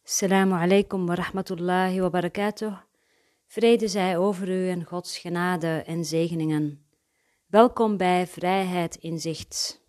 Assalamu alaikum wa rahmatullahi wa barakatuh. Vrede zij over u en Gods genade en zegeningen. Welkom bij Vrijheid in Zicht.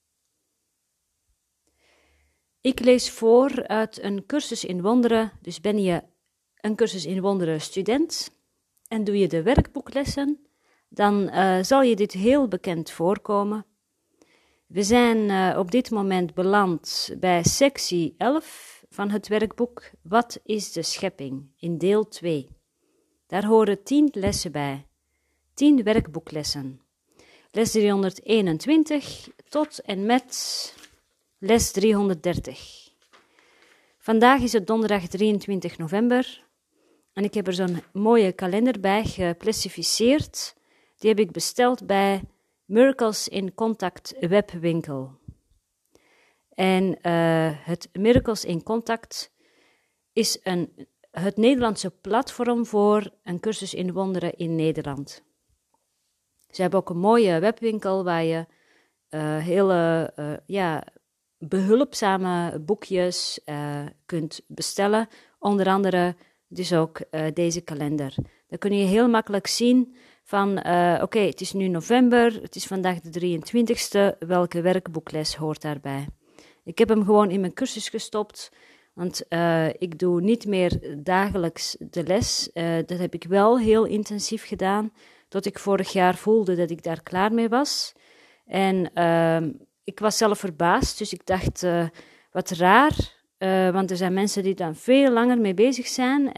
Ik lees voor uit een cursus in wonderen, dus ben je een cursus in wonderen student en doe je de werkboeklessen, dan zal je dit heel bekend voorkomen. We zijn op dit moment beland bij sectie 11 van het werkboek Wat is de schepping? In deel 2. Daar horen 10 lessen bij, 10 werkboeklessen. Les 321 tot en met les 330. Vandaag is het donderdag 23 november en ik heb er zo'n mooie kalender bij geplastificeerd. Die heb ik besteld bij Miracles in Contact webwinkel. En het Miracles in Contact is het Nederlandse platform voor een cursus in wonderen in Nederland. Ze hebben ook een mooie webwinkel waar je hele behulpzame boekjes kunt bestellen. Onder andere dus ook deze kalender. Dan kun je heel makkelijk zien van oké, het is nu november, het is vandaag de 23e, welke werkboekles hoort daarbij? Ik heb hem gewoon in mijn cursus gestopt, want ik doe niet meer dagelijks de les. Dat heb ik wel heel intensief gedaan, tot ik vorig jaar voelde dat ik daar klaar mee was. En ik was zelf verbaasd, dus ik dacht, wat raar, want er zijn mensen die daar veel langer mee bezig zijn.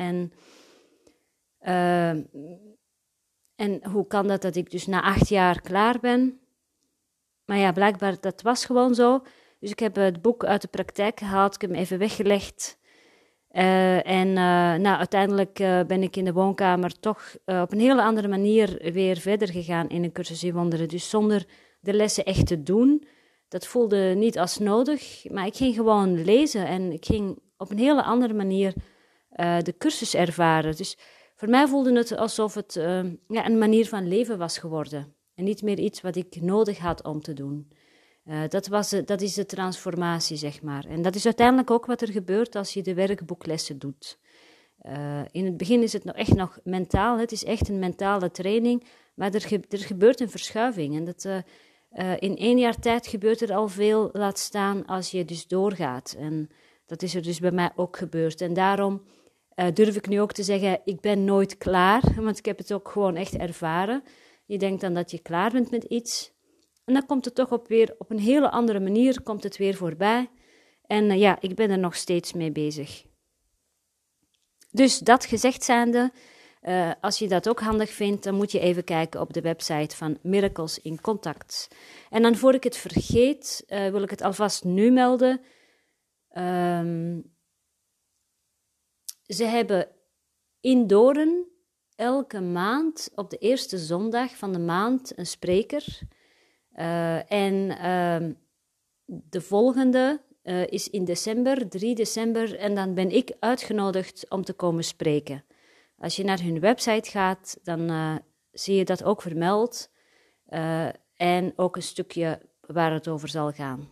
En hoe kan dat ik dus na 8 jaar klaar ben? Maar ja, blijkbaar, dat was gewoon zo. Dus ik heb het boek uit de praktijk gehaald, ik heb hem even weggelegd. Uiteindelijk ben ik in de woonkamer toch op een hele andere manier weer verder gegaan in een cursus in wonderen. Dus zonder de lessen echt te doen. Dat voelde niet als nodig, maar ik ging gewoon lezen en ik ging op een hele andere manier de cursus ervaren. Dus voor mij voelde het alsof het een manier van leven was geworden. En niet meer iets wat ik nodig had om te doen. Dat is de transformatie, zeg maar. En dat is uiteindelijk ook wat er gebeurt als je de werkboeklessen doet. In het begin is het nog mentaal, het is echt een mentale training, maar er gebeurt een verschuiving. En in 1 jaar tijd gebeurt er al veel, laat staan als je dus doorgaat. En dat is er dus bij mij ook gebeurd. En daarom durf ik nu ook te zeggen, ik ben nooit klaar, want ik heb het ook gewoon echt ervaren. Je denkt dan dat je klaar bent met iets. En dan komt het toch weer op een hele andere manier, komt het weer voorbij. En ik ben er nog steeds mee bezig. Dus dat gezegd zijnde, als je dat ook handig vindt, dan moet je even kijken op de website van Miracles in Contact. En dan voor ik het vergeet, wil ik het alvast nu melden. Ze hebben in Doorn elke maand op de eerste zondag van de maand een spreker. De volgende is in december, 3 december, en dan ben ik uitgenodigd om te komen spreken. Als je naar hun website gaat, dan zie je dat ook vermeld en ook een stukje waar het over zal gaan.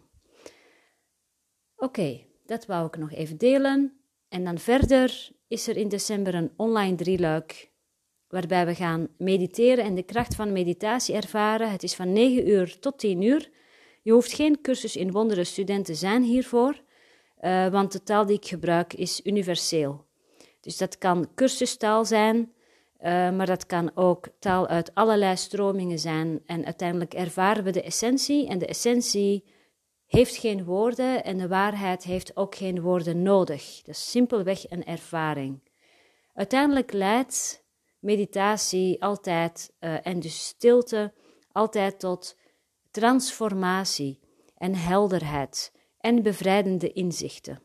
Oké, dat wou ik nog even delen. En dan verder is er in december een online 3-luik waarbij we gaan mediteren en de kracht van meditatie ervaren. Het is van 9 uur tot 10 uur. Je hoeft geen cursus in wonderen student te zijn hiervoor, want de taal die ik gebruik is universeel. Dus dat kan cursustaal zijn, maar dat kan ook taal uit allerlei stromingen zijn. En uiteindelijk ervaren we de essentie en de essentie heeft geen woorden en de waarheid heeft ook geen woorden nodig. Dat is simpelweg een ervaring. Uiteindelijk leidt meditatie altijd en dus stilte altijd tot transformatie en helderheid en bevrijdende inzichten.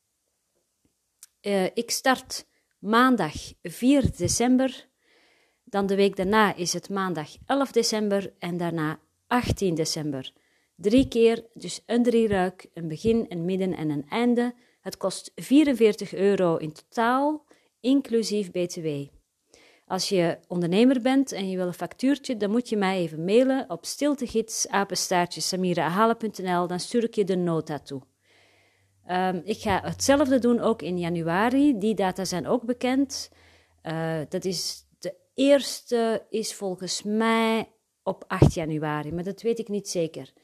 Ik start maandag 4 december, dan de week daarna is het maandag 11 december en daarna 18 december. 3 keer, dus een 3-luik, een begin, een midden en een einde. Het kost €44 in totaal, inclusief BTW. Als je ondernemer bent en je wil een factuurtje, dan moet je mij even mailen op stiltegids@samirahalen.nl, dan stuur ik je de nota toe. Ik ga hetzelfde doen ook in januari. Die data zijn ook bekend. De eerste is volgens mij op 8 januari, maar dat weet ik niet zeker.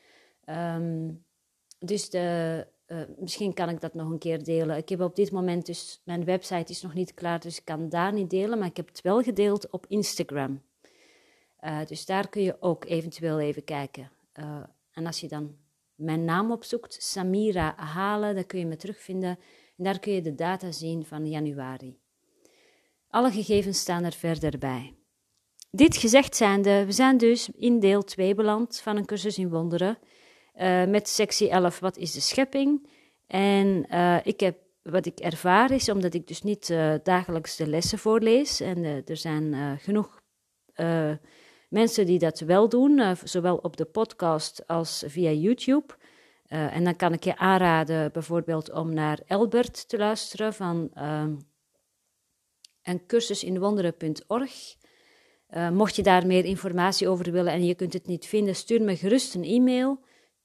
Dus misschien kan ik dat nog een keer delen. Ik heb op dit moment dus, mijn website is nog niet klaar, dus ik kan daar niet delen, maar ik heb het wel gedeeld op Instagram. Dus daar kun je ook eventueel even kijken. En als je dan mijn naam opzoekt, Samira Halen, dan kun je me terugvinden. En daar kun je de data zien van januari. Alle gegevens staan er verder bij. Dit gezegd zijnde, we zijn dus in deel 2 beland van een cursus in wonderen. Met sectie 11, wat is de schepping? En wat ik ervaar is, omdat ik dus niet dagelijks de lessen voorlees. En er zijn genoeg mensen die dat wel doen, zowel op de podcast als via YouTube. En dan kan ik je aanraden bijvoorbeeld om naar Elbert te luisteren van een cursusinwonderen.org. Mocht je daar meer informatie over willen en je kunt het niet vinden, stuur me gerust een e-mail.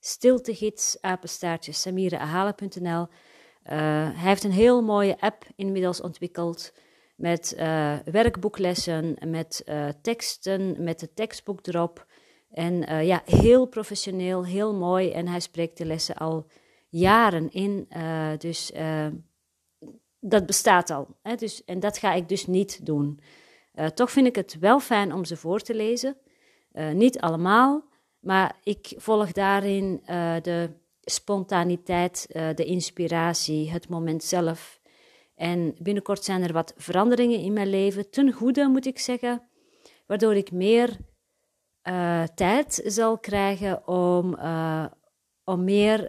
stiltegids@samiraahalen.nl. Hij heeft een heel mooie app inmiddels ontwikkeld met werkboeklessen, met teksten, met het tekstboek erop. En heel professioneel, heel mooi. En hij spreekt de lessen al jaren in. Dus dat bestaat al. Hè? En dat ga ik dus niet doen. Toch vind ik het wel fijn om ze voor te lezen. Niet allemaal, maar ik volg daarin de spontaniteit, de inspiratie, het moment zelf. En binnenkort zijn er wat veranderingen in mijn leven, ten goede moet ik zeggen, waardoor ik meer tijd zal krijgen om meer,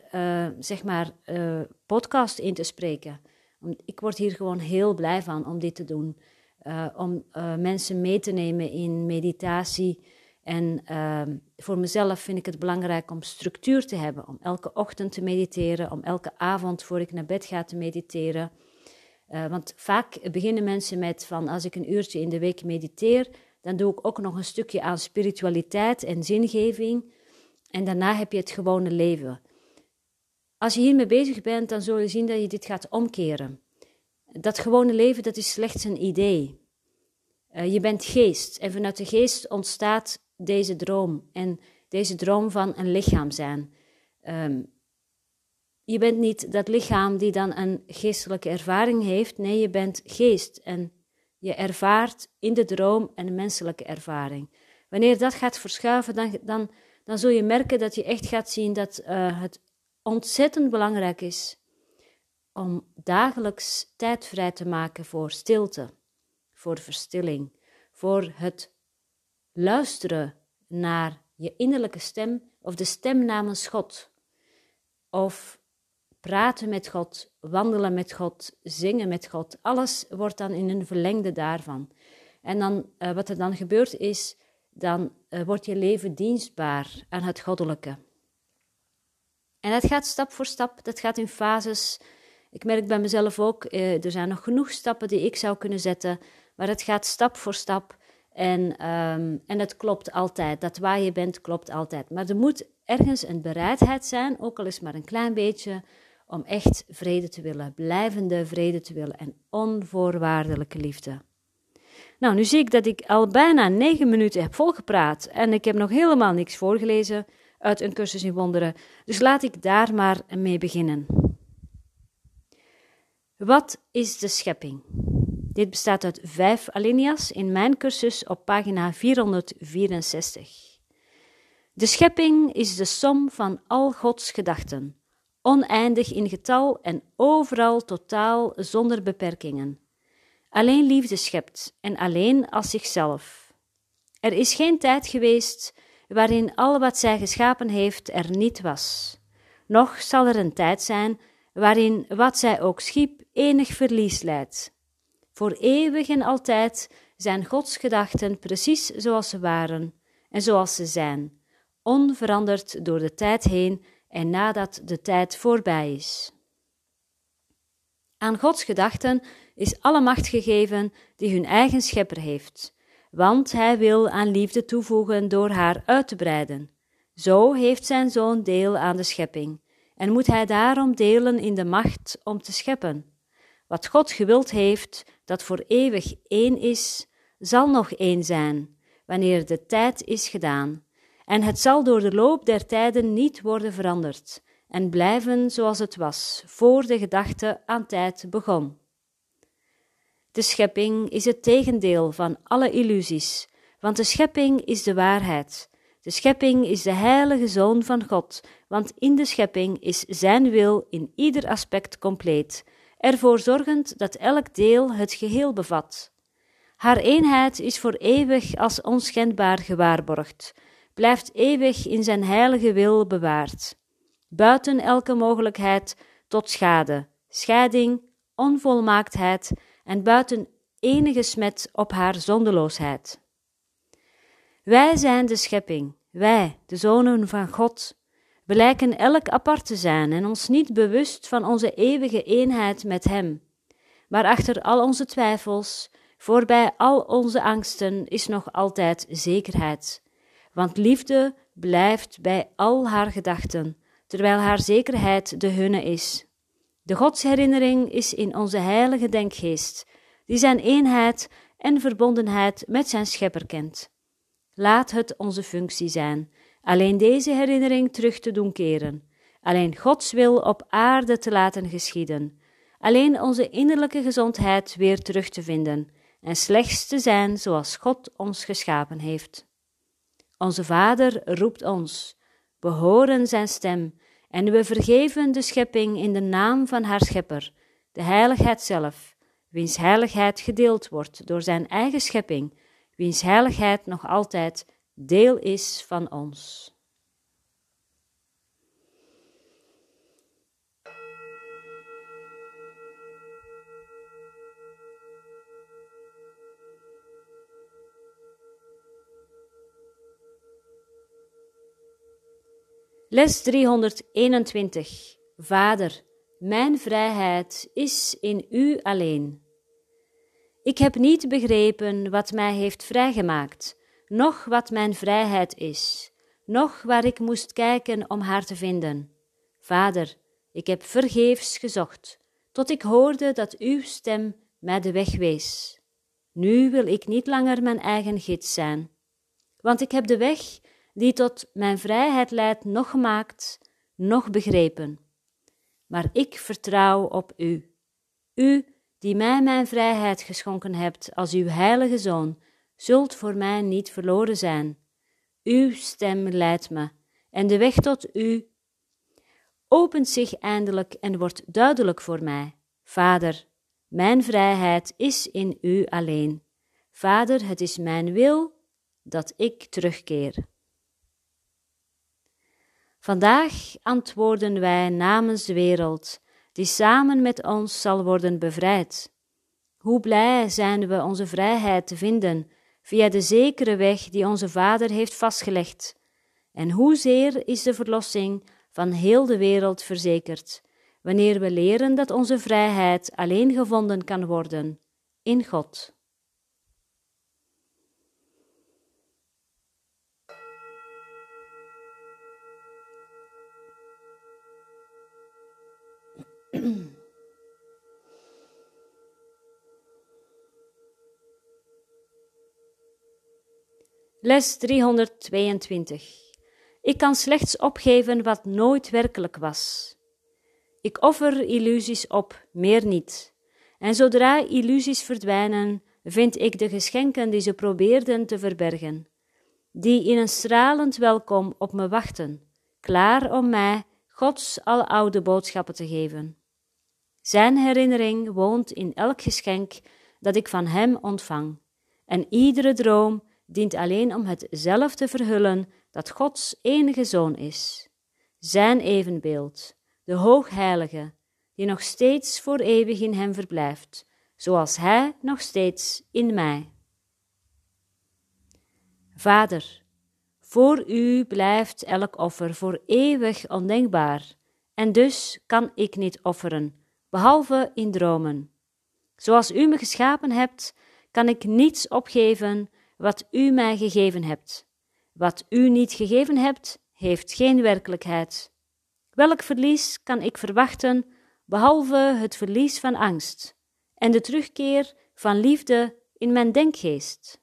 podcast in te spreken. Ik word hier gewoon heel blij van om dit te doen. Om mensen mee te nemen in meditatie. En voor mezelf vind ik het belangrijk om structuur te hebben. Om elke ochtend te mediteren, om elke avond voor ik naar bed ga te mediteren. Want vaak beginnen mensen met van als ik een uurtje in de week mediteer, dan doe ik ook nog een stukje aan spiritualiteit en zingeving. En daarna heb je het gewone leven. Als je hiermee bezig bent, dan zul je zien dat je dit gaat omkeren. Dat gewone leven, dat is slechts een idee. Je bent geest en vanuit de geest ontstaat deze droom. En deze droom van een lichaam zijn. Je bent niet dat lichaam die dan een geestelijke ervaring heeft. Nee, je bent geest en je ervaart in de droom een menselijke ervaring. Wanneer dat gaat verschuiven, dan zul je merken dat je echt gaat zien dat het ontzettend belangrijk is om dagelijks tijd vrij te maken voor stilte, voor verstilling, voor het luisteren naar je innerlijke stem of de stem namens God. Of praten met God, wandelen met God, zingen met God. Alles wordt dan in een verlengde daarvan. En dan, wat er dan gebeurt is, dan wordt je leven dienstbaar aan het goddelijke. En dat gaat stap voor stap, dat gaat in fases. Ik merk bij mezelf ook, er zijn nog genoeg stappen die ik zou kunnen zetten, maar het gaat stap voor stap en het klopt altijd. Dat waar je bent klopt altijd. Maar er moet ergens een bereidheid zijn, ook al is maar een klein beetje, om echt vrede te willen, blijvende vrede te willen en onvoorwaardelijke liefde. Nou, nu zie ik dat ik al bijna 9 minuten heb volgepraat en ik heb nog helemaal niks voorgelezen uit een cursus in wonderen, dus laat ik daar maar mee beginnen. Wat is de schepping? Dit bestaat uit 5 alinea's in mijn cursus op pagina 464. De schepping is de som van al Gods gedachten, oneindig in getal en overal totaal zonder beperkingen. Alleen liefde schept en alleen als zichzelf. Er is geen tijd geweest waarin al wat zij geschapen heeft er niet was. Noch zal er een tijd zijn waarin wat zij ook schiep enig verlies lijdt. Voor eeuwig en altijd zijn Gods gedachten precies zoals ze waren en zoals ze zijn, onveranderd door de tijd heen en nadat de tijd voorbij is. Aan Gods gedachten is alle macht gegeven die hun eigen schepper heeft, want hij wil aan liefde toevoegen door haar uit te breiden. Zo heeft zijn zoon deel aan de schepping en moet hij daarom delen in de macht om te scheppen. Wat God gewild heeft, dat voor eeuwig één is, zal nog één zijn, wanneer de tijd is gedaan. En het zal door de loop der tijden niet worden veranderd en blijven zoals het was, voor de gedachte aan tijd begon. De schepping is het tegendeel van alle illusies, want de schepping is de waarheid. De schepping is de heilige Zoon van God, want in de schepping is zijn wil in ieder aspect compleet, ervoor zorgend dat elk deel het geheel bevat. Haar eenheid is voor eeuwig als onschendbaar gewaarborgd, blijft eeuwig in zijn heilige wil bewaard, buiten elke mogelijkheid tot schade, scheiding, onvolmaaktheid en buiten enige smet op haar zondeloosheid. Wij zijn de schepping, wij, de zonen van God. We lijken elk apart te zijn en ons niet bewust van onze eeuwige eenheid met Hem. Maar achter al onze twijfels, voorbij al onze angsten, is nog altijd zekerheid. Want liefde blijft bij al haar gedachten, terwijl haar zekerheid de hunne is. De godsherinnering is in onze heilige denkgeest, die zijn eenheid en verbondenheid met zijn schepper kent. Laat het onze functie zijn, alleen deze herinnering terug te doen keren, alleen Gods wil op aarde te laten geschieden, alleen onze innerlijke gezondheid weer terug te vinden en slechts te zijn zoals God ons geschapen heeft. Onze Vader roept ons, we horen zijn stem en we vergeven de schepping in de naam van haar schepper, de heiligheid zelf, wiens heiligheid gedeeld wordt door zijn eigen schepping, wiens heiligheid nog altijd deel is van ons. Les 321. Vader, mijn vrijheid is in u alleen. Ik heb niet begrepen wat mij heeft vrijgemaakt, noch wat mijn vrijheid is, noch waar ik moest kijken om haar te vinden. Vader, ik heb vergeefs gezocht, tot ik hoorde dat uw stem mij de weg wees. Nu wil ik niet langer mijn eigen gids zijn, want ik heb de weg die tot mijn vrijheid leidt nog gemaakt, nog begrepen. Maar ik vertrouw op u. U, die mij mijn vrijheid geschonken hebt als uw heilige Zoon, zult voor mij niet verloren zijn. Uw stem leidt me, en de weg tot u opent zich eindelijk en wordt duidelijk voor mij. Vader, mijn vrijheid is in u alleen. Vader, het is mijn wil dat ik terugkeer. Vandaag antwoorden wij namens de wereld, die samen met ons zal worden bevrijd. Hoe blij zijn we onze vrijheid te vinden via de zekere weg die onze Vader heeft vastgelegd. En hoezeer is de verlossing van heel de wereld verzekerd, wanneer we leren dat onze vrijheid alleen gevonden kan worden in God. Les 322. Ik kan slechts opgeven wat nooit werkelijk was. Ik offer illusies op, meer niet. En zodra illusies verdwijnen, vind ik de geschenken die ze probeerden te verbergen, die in een stralend welkom op me wachten, klaar om mij Gods aloude boodschappen te geven. Zijn herinnering woont in elk geschenk dat ik van hem ontvang, en iedere droom dient alleen om het zelf te verhullen dat Gods enige Zoon is, zijn evenbeeld, de Hoogheilige, die nog steeds voor eeuwig in hem verblijft, zoals hij nog steeds in mij. Vader, voor u blijft elk offer voor eeuwig ondenkbaar, en dus kan ik niet offeren, behalve in dromen. Zoals u me geschapen hebt, kan ik niets opgeven wat u mij gegeven hebt. Wat u niet gegeven hebt, heeft geen werkelijkheid. Welk verlies kan ik verwachten, behalve het verlies van angst en de terugkeer van liefde in mijn denkgeest?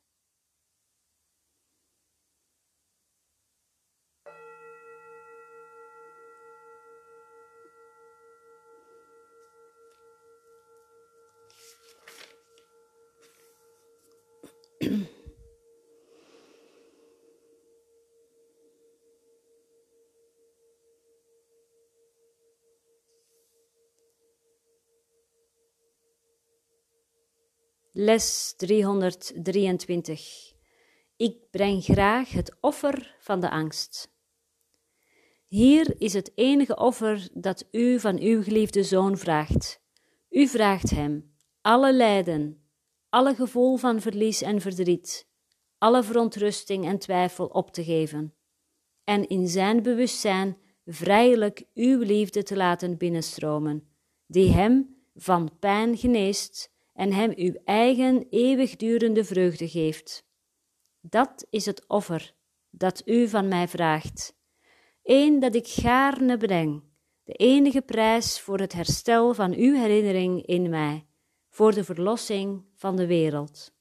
Les 323. Ik breng graag het offer van de angst. Hier is het enige offer dat u van uw geliefde zoon vraagt. U vraagt hem alle lijden, alle gevoel van verlies en verdriet, alle verontrusting en twijfel op te geven en in zijn bewustzijn vrijelijk uw liefde te laten binnenstromen, die hem van pijn geneest en hem uw eigen eeuwigdurende vreugde geeft. Dat is het offer dat u van mij vraagt, een dat ik gaarne breng, de enige prijs voor het herstel van uw herinnering in mij, voor de verlossing van de wereld.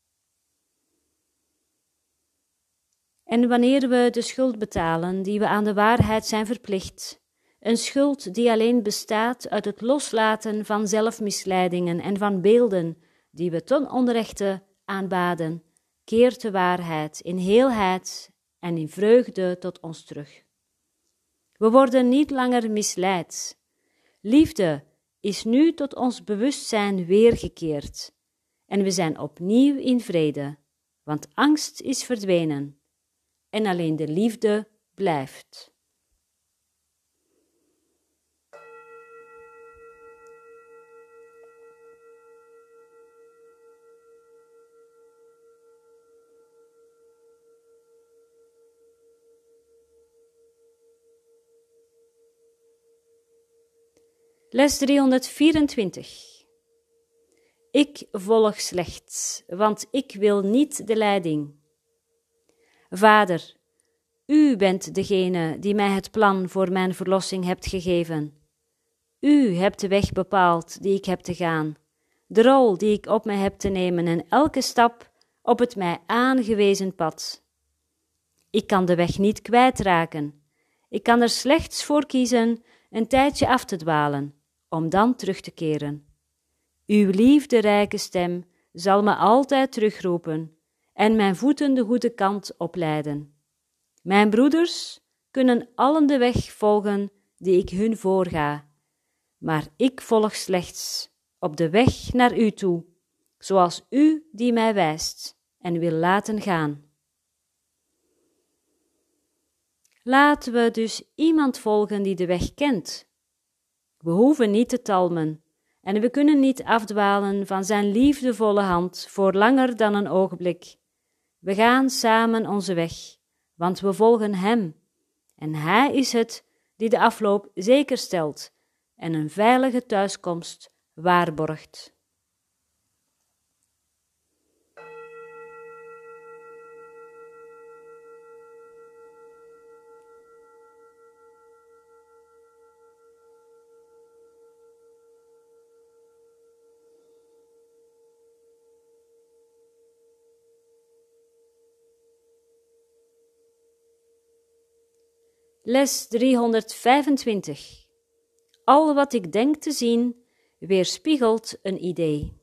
En wanneer we de schuld betalen die we aan de waarheid zijn verplicht, een schuld die alleen bestaat uit het loslaten van zelfmisleidingen en van beelden die we ten onrechte aanbaden, keert de waarheid in heelheid en in vreugde tot ons terug. We worden niet langer misleid. Liefde is nu tot ons bewustzijn weergekeerd en we zijn opnieuw in vrede, want angst is verdwenen en alleen de liefde blijft. Les 324. Ik volg slechts, want ik wil niet de leiding. Vader, u bent degene die mij het plan voor mijn verlossing hebt gegeven. U hebt de weg bepaald die ik heb te gaan, de rol die ik op mij heb te nemen en elke stap op het mij aangewezen pad. Ik kan de weg niet kwijtraken. Ik kan er slechts voor kiezen een tijdje af te dwalen, om dan terug te keren. Uw liefderijke stem zal me altijd terugroepen en mijn voeten de goede kant opleiden. Mijn broeders kunnen allen de weg volgen die ik hun voorga, maar ik volg slechts op de weg naar u toe, zoals u die mij wijst en wil laten gaan. Laten we dus iemand volgen die de weg kent. We hoeven niet te talmen en we kunnen niet afdwalen van zijn liefdevolle hand voor langer dan een ogenblik. We gaan samen onze weg, want we volgen hem en hij is het die de afloop zeker stelt en een veilige thuiskomst waarborgt. Les 325. Al wat ik denk te zien, weerspiegelt een idee.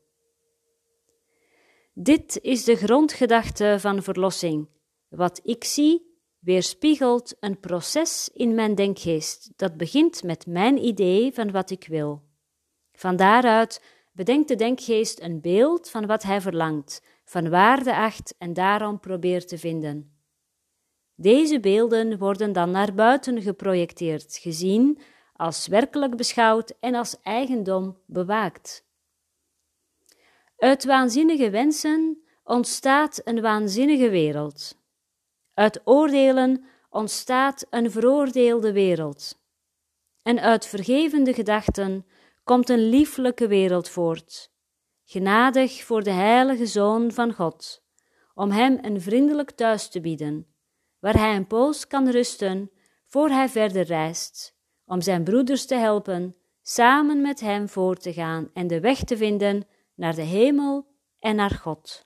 Dit is de grondgedachte van verlossing. Wat ik zie, weerspiegelt een proces in mijn denkgeest dat begint met mijn idee van wat ik wil. Van daaruit bedenkt de denkgeest een beeld van wat hij verlangt, van waarde acht en daarom probeert te vinden. Deze beelden worden dan naar buiten geprojecteerd, gezien, als werkelijk beschouwd en als eigendom bewaakt. Uit waanzinnige wensen ontstaat een waanzinnige wereld. Uit oordelen ontstaat een veroordeelde wereld. En uit vergevende gedachten komt een lieflijke wereld voort, genadig voor de heilige Zoon van God, om hem een vriendelijk thuis te bieden, waar hij een poos kan rusten voor hij verder reist, om zijn broeders te helpen samen met hem voort te gaan en de weg te vinden naar de hemel en naar God.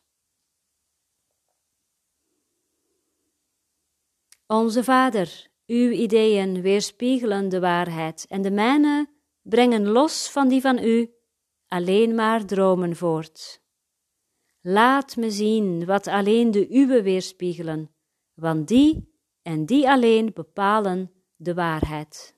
Onze Vader, uw ideeën weerspiegelen de waarheid en de mijne brengen los van die van u alleen maar dromen voort. Laat me zien wat alleen de uwe weerspiegelen, want die en die alleen bepalen de waarheid.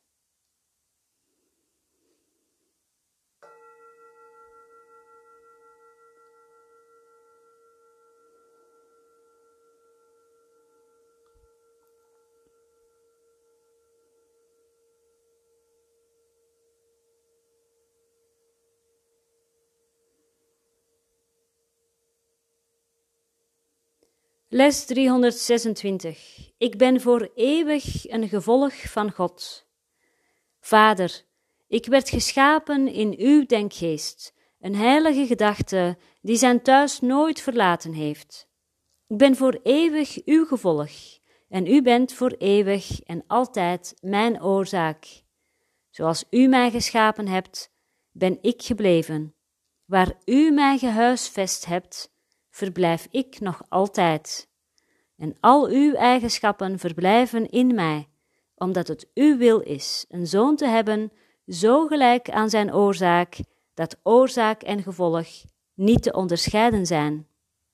Les 326. Ik ben voor eeuwig een gevolg van God. Vader, ik werd geschapen in uw denkgeest, een heilige gedachte die zijn thuis nooit verlaten heeft. Ik ben voor eeuwig uw gevolg en u bent voor eeuwig en altijd mijn oorzaak. Zoals u mij geschapen hebt, ben ik gebleven. Waar u mij gehuisvest hebt, verblijf ik nog altijd. En al uw eigenschappen verblijven in mij, omdat het uw wil is een zoon te hebben, zo gelijk aan zijn oorzaak, dat oorzaak en gevolg niet te onderscheiden zijn.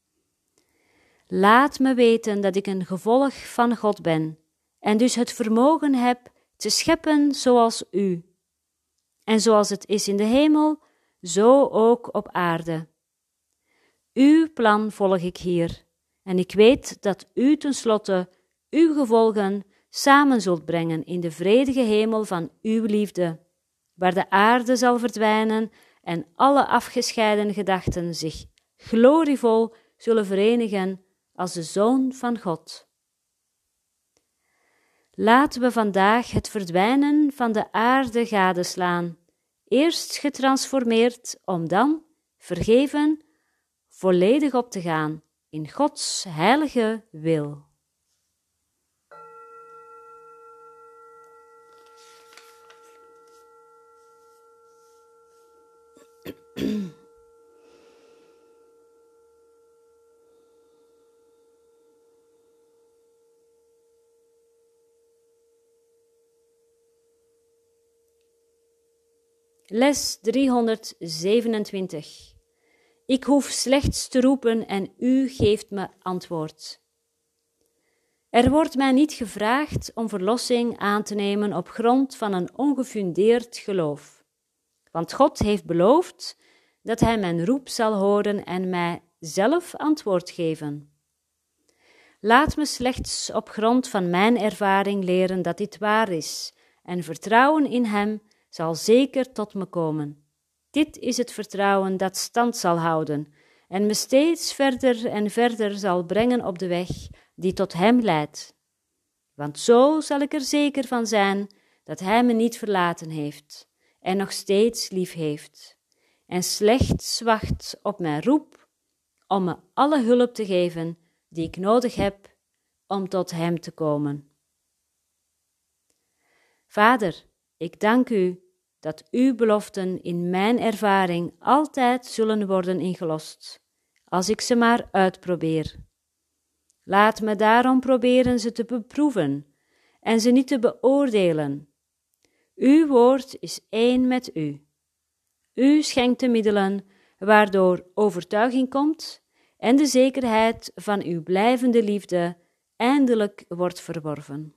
Laat me weten dat ik een gevolg van God ben, en dus het vermogen heb te scheppen zoals u. En zoals het is in de hemel, zo ook op aarde. Uw plan volg ik hier, en ik weet dat u tenslotte uw gevolgen samen zult brengen in de vredige hemel van uw liefde, waar de aarde zal verdwijnen en alle afgescheiden gedachten zich glorievol zullen verenigen als de Zoon van God. Laten we vandaag het verdwijnen van de aarde gadeslaan, eerst getransformeerd om dan, vergeven, volledig op te gaan in Gods heilige wil. Les 327. Ik hoef slechts te roepen en u geeft me antwoord. Er wordt mij niet gevraagd om verlossing aan te nemen op grond van een ongefundeerd geloof. Want God heeft beloofd dat Hij mijn roep zal horen en mij zelf antwoord geven. Laat me slechts op grond van mijn ervaring leren dat dit waar is en vertrouwen in Hem zal zeker tot me komen. Dit is het vertrouwen dat stand zal houden en me steeds verder en verder zal brengen op de weg die tot Hem leidt. Want zo zal ik er zeker van zijn dat Hij me niet verlaten heeft en nog steeds lief heeft en slechts wacht op mijn roep om me alle hulp te geven die ik nodig heb om tot Hem te komen. Vader, ik dank u dat uw beloften in mijn ervaring altijd zullen worden ingelost, als ik ze maar uitprobeer. Laat me daarom proberen ze te beproeven en ze niet te beoordelen. Uw woord is één met u. U schenkt de middelen waardoor overtuiging komt en de zekerheid van uw blijvende liefde eindelijk wordt verworven.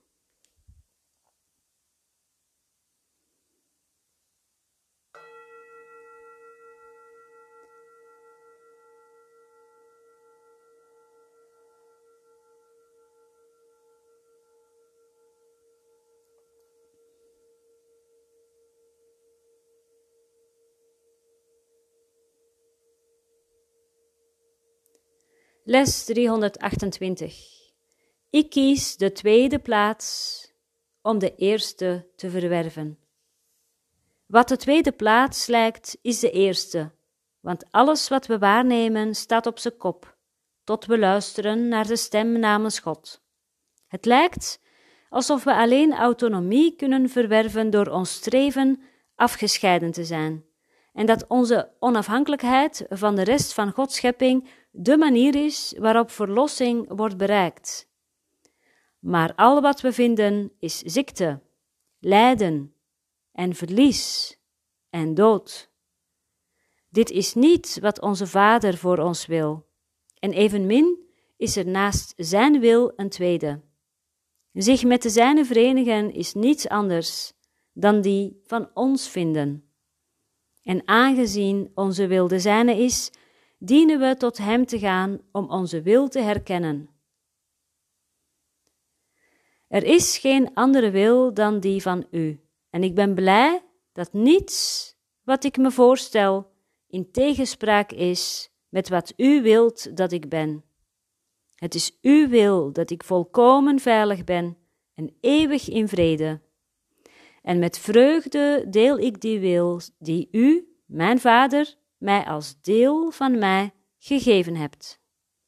Les 328. Ik kies de tweede plaats om de eerste te verwerven. Wat de tweede plaats lijkt, is de eerste, want alles wat we waarnemen staat op zijn kop, tot we luisteren naar de stem namens God. Het lijkt alsof we alleen autonomie kunnen verwerven door ons streven afgescheiden te zijn, en dat onze onafhankelijkheid van de rest van Gods schepping de manier is waarop verlossing wordt bereikt. Maar al wat we vinden is ziekte, lijden en verlies en dood. Dit is niet wat onze Vader voor ons wil, en evenmin is er naast zijn wil een tweede. Zich met de zijne verenigen is niets anders dan die van ons vinden. En aangezien onze wil de zijne is, dienen we tot hem te gaan om onze wil te herkennen. Er is geen andere wil dan die van u, en ik ben blij dat niets wat ik me voorstel in tegenspraak is met wat u wilt dat ik ben. Het is uw wil dat ik volkomen veilig ben en eeuwig in vrede. En met vreugde deel ik die wil die u, mijn Vader, mij als deel van mij gegeven hebt.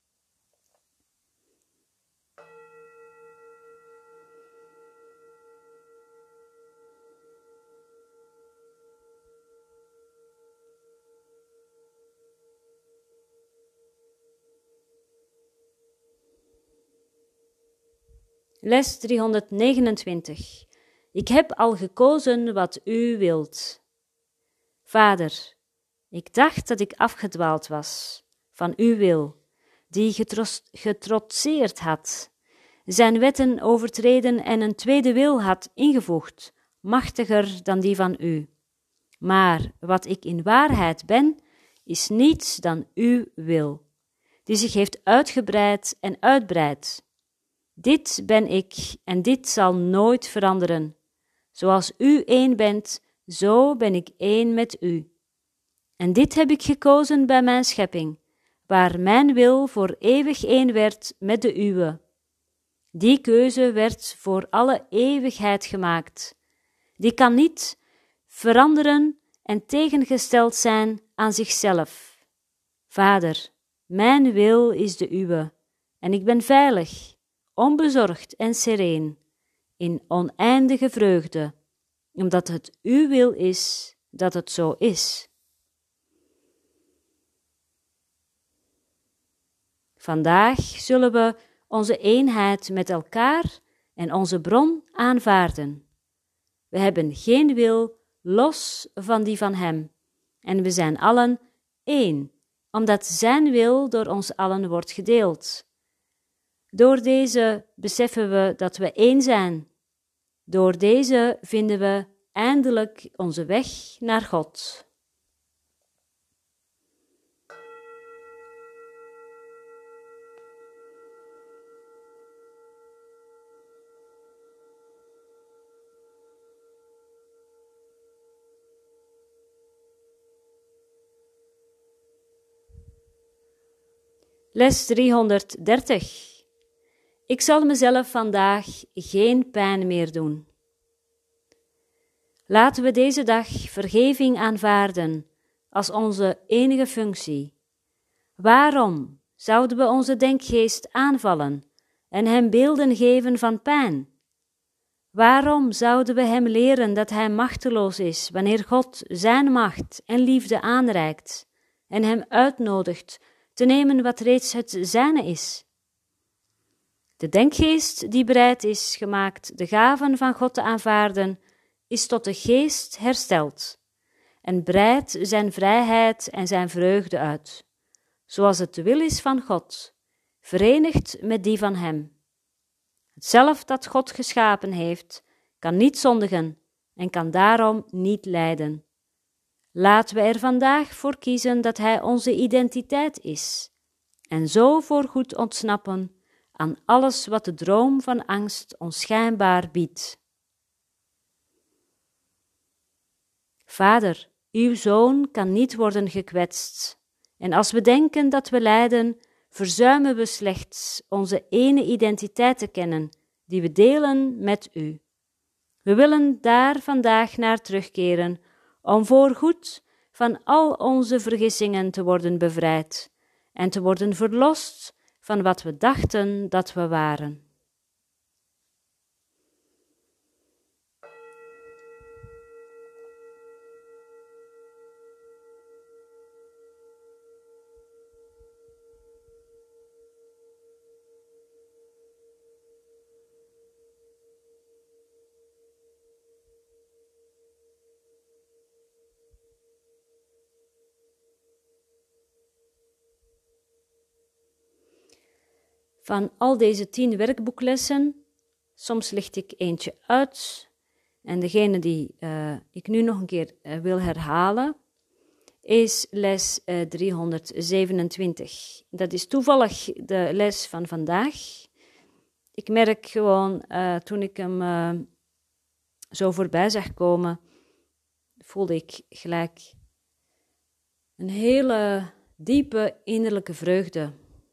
Les 329. Ik heb al gekozen wat u wilt. Vader, ik dacht dat ik afgedwaald was van uw wil, die getrotseerd had, zijn wetten overtreden en een tweede wil had ingevoegd, machtiger dan die van u. Maar wat ik in waarheid ben, is niets dan uw wil, die zich heeft uitgebreid en uitbreidt. Dit ben ik en dit zal nooit veranderen. Zoals u één bent, zo ben ik één met u. En dit heb ik gekozen bij mijn schepping, waar mijn wil voor eeuwig één werd met de uwe. Die keuze werd voor alle eeuwigheid gemaakt. Die kan niet veranderen en tegengesteld zijn aan zichzelf. Vader, mijn wil is de uwe, en ik ben veilig, onbezorgd en sereen, in oneindige vreugde, omdat het uw wil is dat het zo is. Vandaag zullen we onze eenheid met elkaar en onze bron aanvaarden. We hebben geen wil los van die van hem, en we zijn allen één, omdat zijn wil door ons allen wordt gedeeld. Door deze beseffen we dat we één zijn. Door deze vinden we eindelijk onze weg naar God. Les 330. Ik zal mezelf vandaag geen pijn meer doen. Laten we deze dag vergeving aanvaarden als onze enige functie. Waarom zouden we onze denkgeest aanvallen en hem beelden geven van pijn? Waarom zouden we hem leren dat hij machteloos is wanneer God zijn macht en liefde aanreikt en hem uitnodigt te nemen wat reeds het zijne is? De denkgeest die bereid is gemaakt de gaven van God te aanvaarden, is tot de geest hersteld en breidt zijn vrijheid en zijn vreugde uit, zoals het de wil is van God, verenigd met die van hem. Het zelf dat God geschapen heeft, kan niet zondigen en kan daarom niet lijden. Laten we er vandaag voor kiezen dat hij onze identiteit is en zo voorgoed ontsnappen aan alles wat de droom van angst ons schijnbaar biedt. Vader, uw Zoon kan niet worden gekwetst, en als we denken dat we lijden, verzuimen we slechts onze ene identiteit te kennen, die we delen met u. We willen daar vandaag naar terugkeren, om voorgoed van al onze vergissingen te worden bevrijd en te worden verlost van wat we dachten dat we waren. Van al deze 10 werkboeklessen, soms licht ik eentje uit. En degene die ik nu nog een keer wil herhalen, is les 327. Dat is toevallig de les van vandaag. Ik merk gewoon, toen ik hem zo voorbij zag komen, voelde ik gelijk een hele diepe innerlijke vreugde.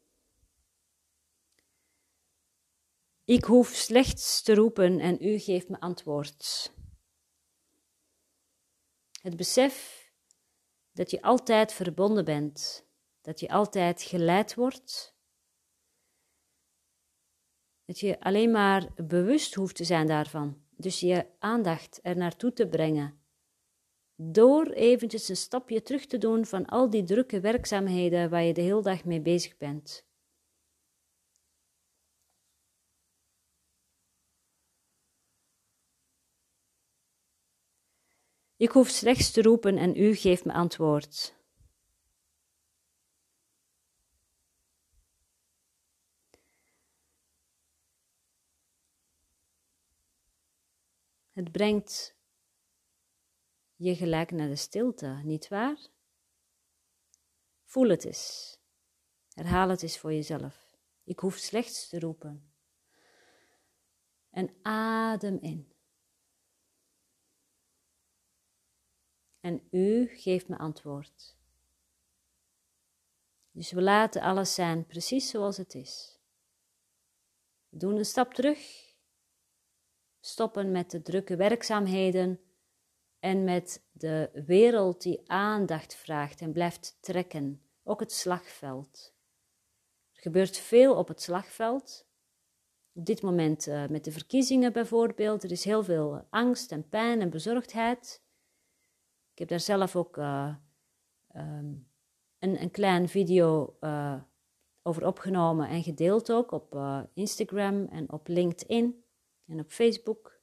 Ik hoef slechts te roepen en u geeft me antwoord. Het besef dat je altijd verbonden bent, dat je altijd geleid wordt, dat je alleen maar bewust hoeft te zijn daarvan. Dus je aandacht er naartoe te brengen, door eventjes een stapje terug te doen van al die drukke werkzaamheden waar je de hele dag mee bezig bent. Ik hoef slechts te roepen en u geeft me antwoord. Het brengt je gelijk naar de stilte, nietwaar? Voel het eens. Herhaal het eens voor jezelf. Ik hoef slechts te roepen. En adem in. En u geeft me antwoord. Dus we laten alles zijn precies zoals het is. We doen een stap terug. Stoppen met de drukke werkzaamheden en met de wereld die aandacht vraagt en blijft trekken. Ook het slagveld. Er gebeurt veel op het slagveld. Op dit moment met de verkiezingen bijvoorbeeld. Er is heel veel angst en pijn en bezorgdheid. Ik heb daar zelf ook een klein video over opgenomen en gedeeld ook op Instagram en op LinkedIn en op Facebook.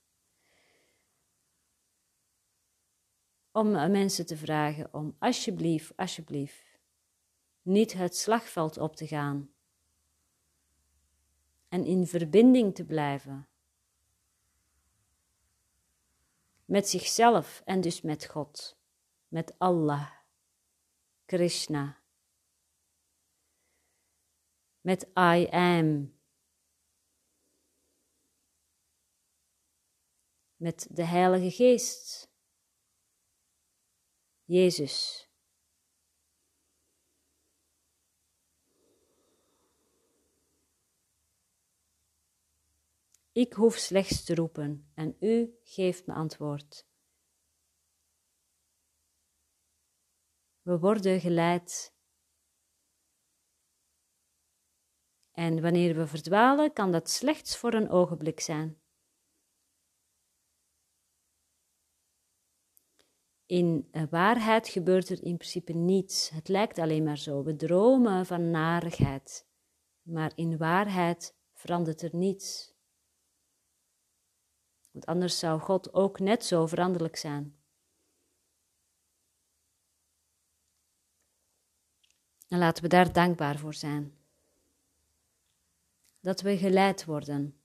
Om mensen te vragen om alsjeblieft, niet het slagveld op te gaan. En in verbinding te blijven. Met zichzelf en dus met God. Met Allah. Krishna. Met I am. Met de Heilige Geest. Jezus. Ik hoef slechts te roepen en u geeft me antwoord. We worden geleid. En wanneer we verdwalen, kan dat slechts voor een ogenblik zijn. In waarheid gebeurt er in principe niets. Het lijkt alleen maar zo. We dromen van narigheid. Maar in waarheid verandert er niets. Want anders zou God ook net zo veranderlijk zijn. En laten we daar dankbaar voor zijn. Dat we geleid worden.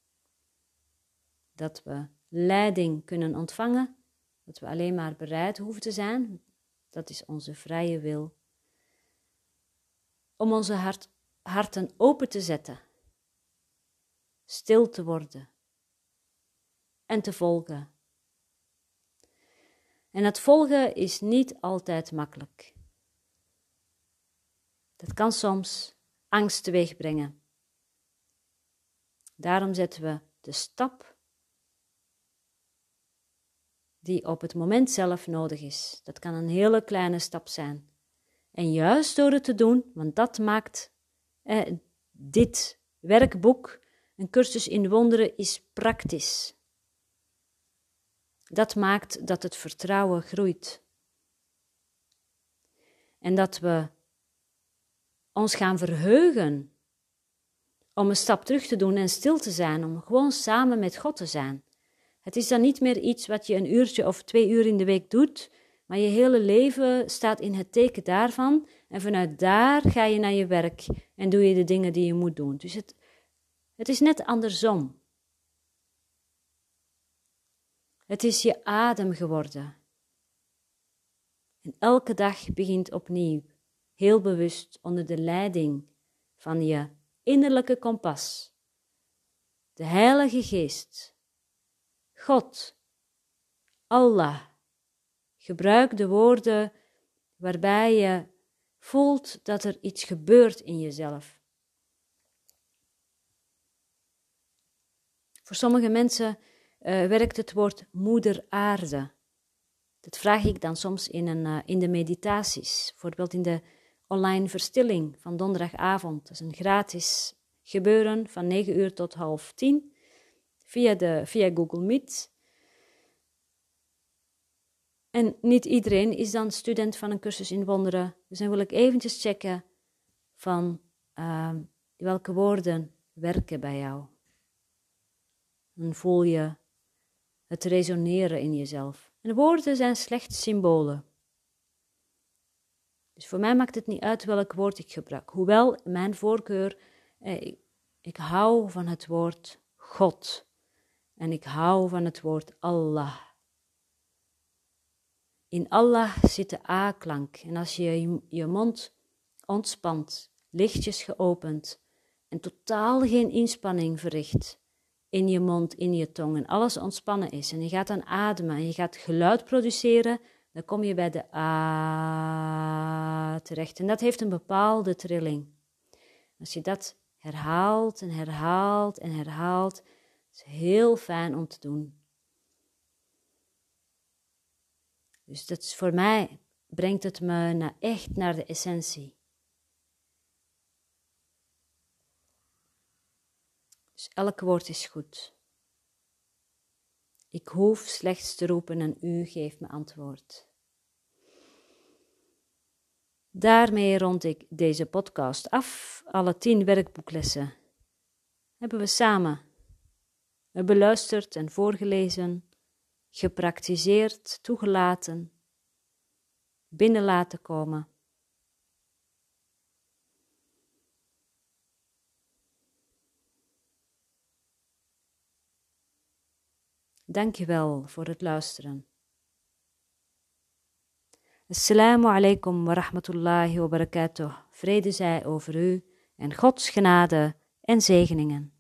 Dat we leiding kunnen ontvangen. Dat we alleen maar bereid hoeven te zijn. Dat is onze vrije wil. Om onze harten open te zetten. Stil te worden. En te volgen. En het volgen is niet altijd makkelijk. Dat kan soms angst teweeg brengen. Daarom zetten we de stap die op het moment zelf nodig is. Dat kan een hele kleine stap zijn. En juist door het te doen, want dat maakt dit werkboek, een cursus in wonderen, is praktisch. Dat maakt dat het vertrouwen groeit. En dat we ons gaan verheugen om een stap terug te doen en stil te zijn, om gewoon samen met God te zijn. Het is dan niet meer iets wat je 1 uurtje of 2 uur in de week doet, Maar je hele leven staat in het teken daarvan. En vanuit daar ga je naar je werk en doe je de dingen die je moet doen. Dus het is net andersom. Het is je adem geworden. En elke dag begint opnieuw, heel bewust onder de leiding van je innerlijke kompas. De Heilige Geest, God, Allah. Gebruik de woorden waarbij je voelt dat er iets gebeurt in jezelf. Voor sommige mensen werkt het woord moeder aarde. Dat vraag ik dan soms in de meditaties. Bijvoorbeeld in de online verstilling van donderdagavond. Dat is een gratis gebeuren van 9 uur tot 9:30 via Google Meet. En niet iedereen is dan student van een cursus in wonderen. Dus dan wil ik eventjes checken van welke woorden werken bij jou. Dan voel je het resoneren in jezelf. En woorden zijn slechts symbolen. Dus voor mij maakt het niet uit welk woord ik gebruik. Hoewel mijn voorkeur, ik hou van het woord God. En ik hou van het woord Allah. In Allah zit de A-klank. En als je je mond ontspant, lichtjes geopend en totaal geen inspanning verricht in je mond, in je tong en alles ontspannen is en je gaat dan ademen en je gaat geluid produceren, dan kom je bij de A terecht. En dat heeft een bepaalde trilling. Als je dat herhaalt en herhaalt en herhaalt, is heel fijn om te doen. Dus dat is voor mij, brengt het me echt naar de essentie. Dus elk woord is goed. Ik hoef slechts te roepen en u geeft me antwoord. Daarmee rond ik deze podcast af. Alle 10 werkboeklessen hebben we samen beluisterd en voorgelezen, gepraktiseerd, toegelaten, binnen laten komen. Dank je wel voor het luisteren. Assalamu alaikum wa rahmatullahi wa barakatuh. Vrede zij over u en Gods genade en zegeningen.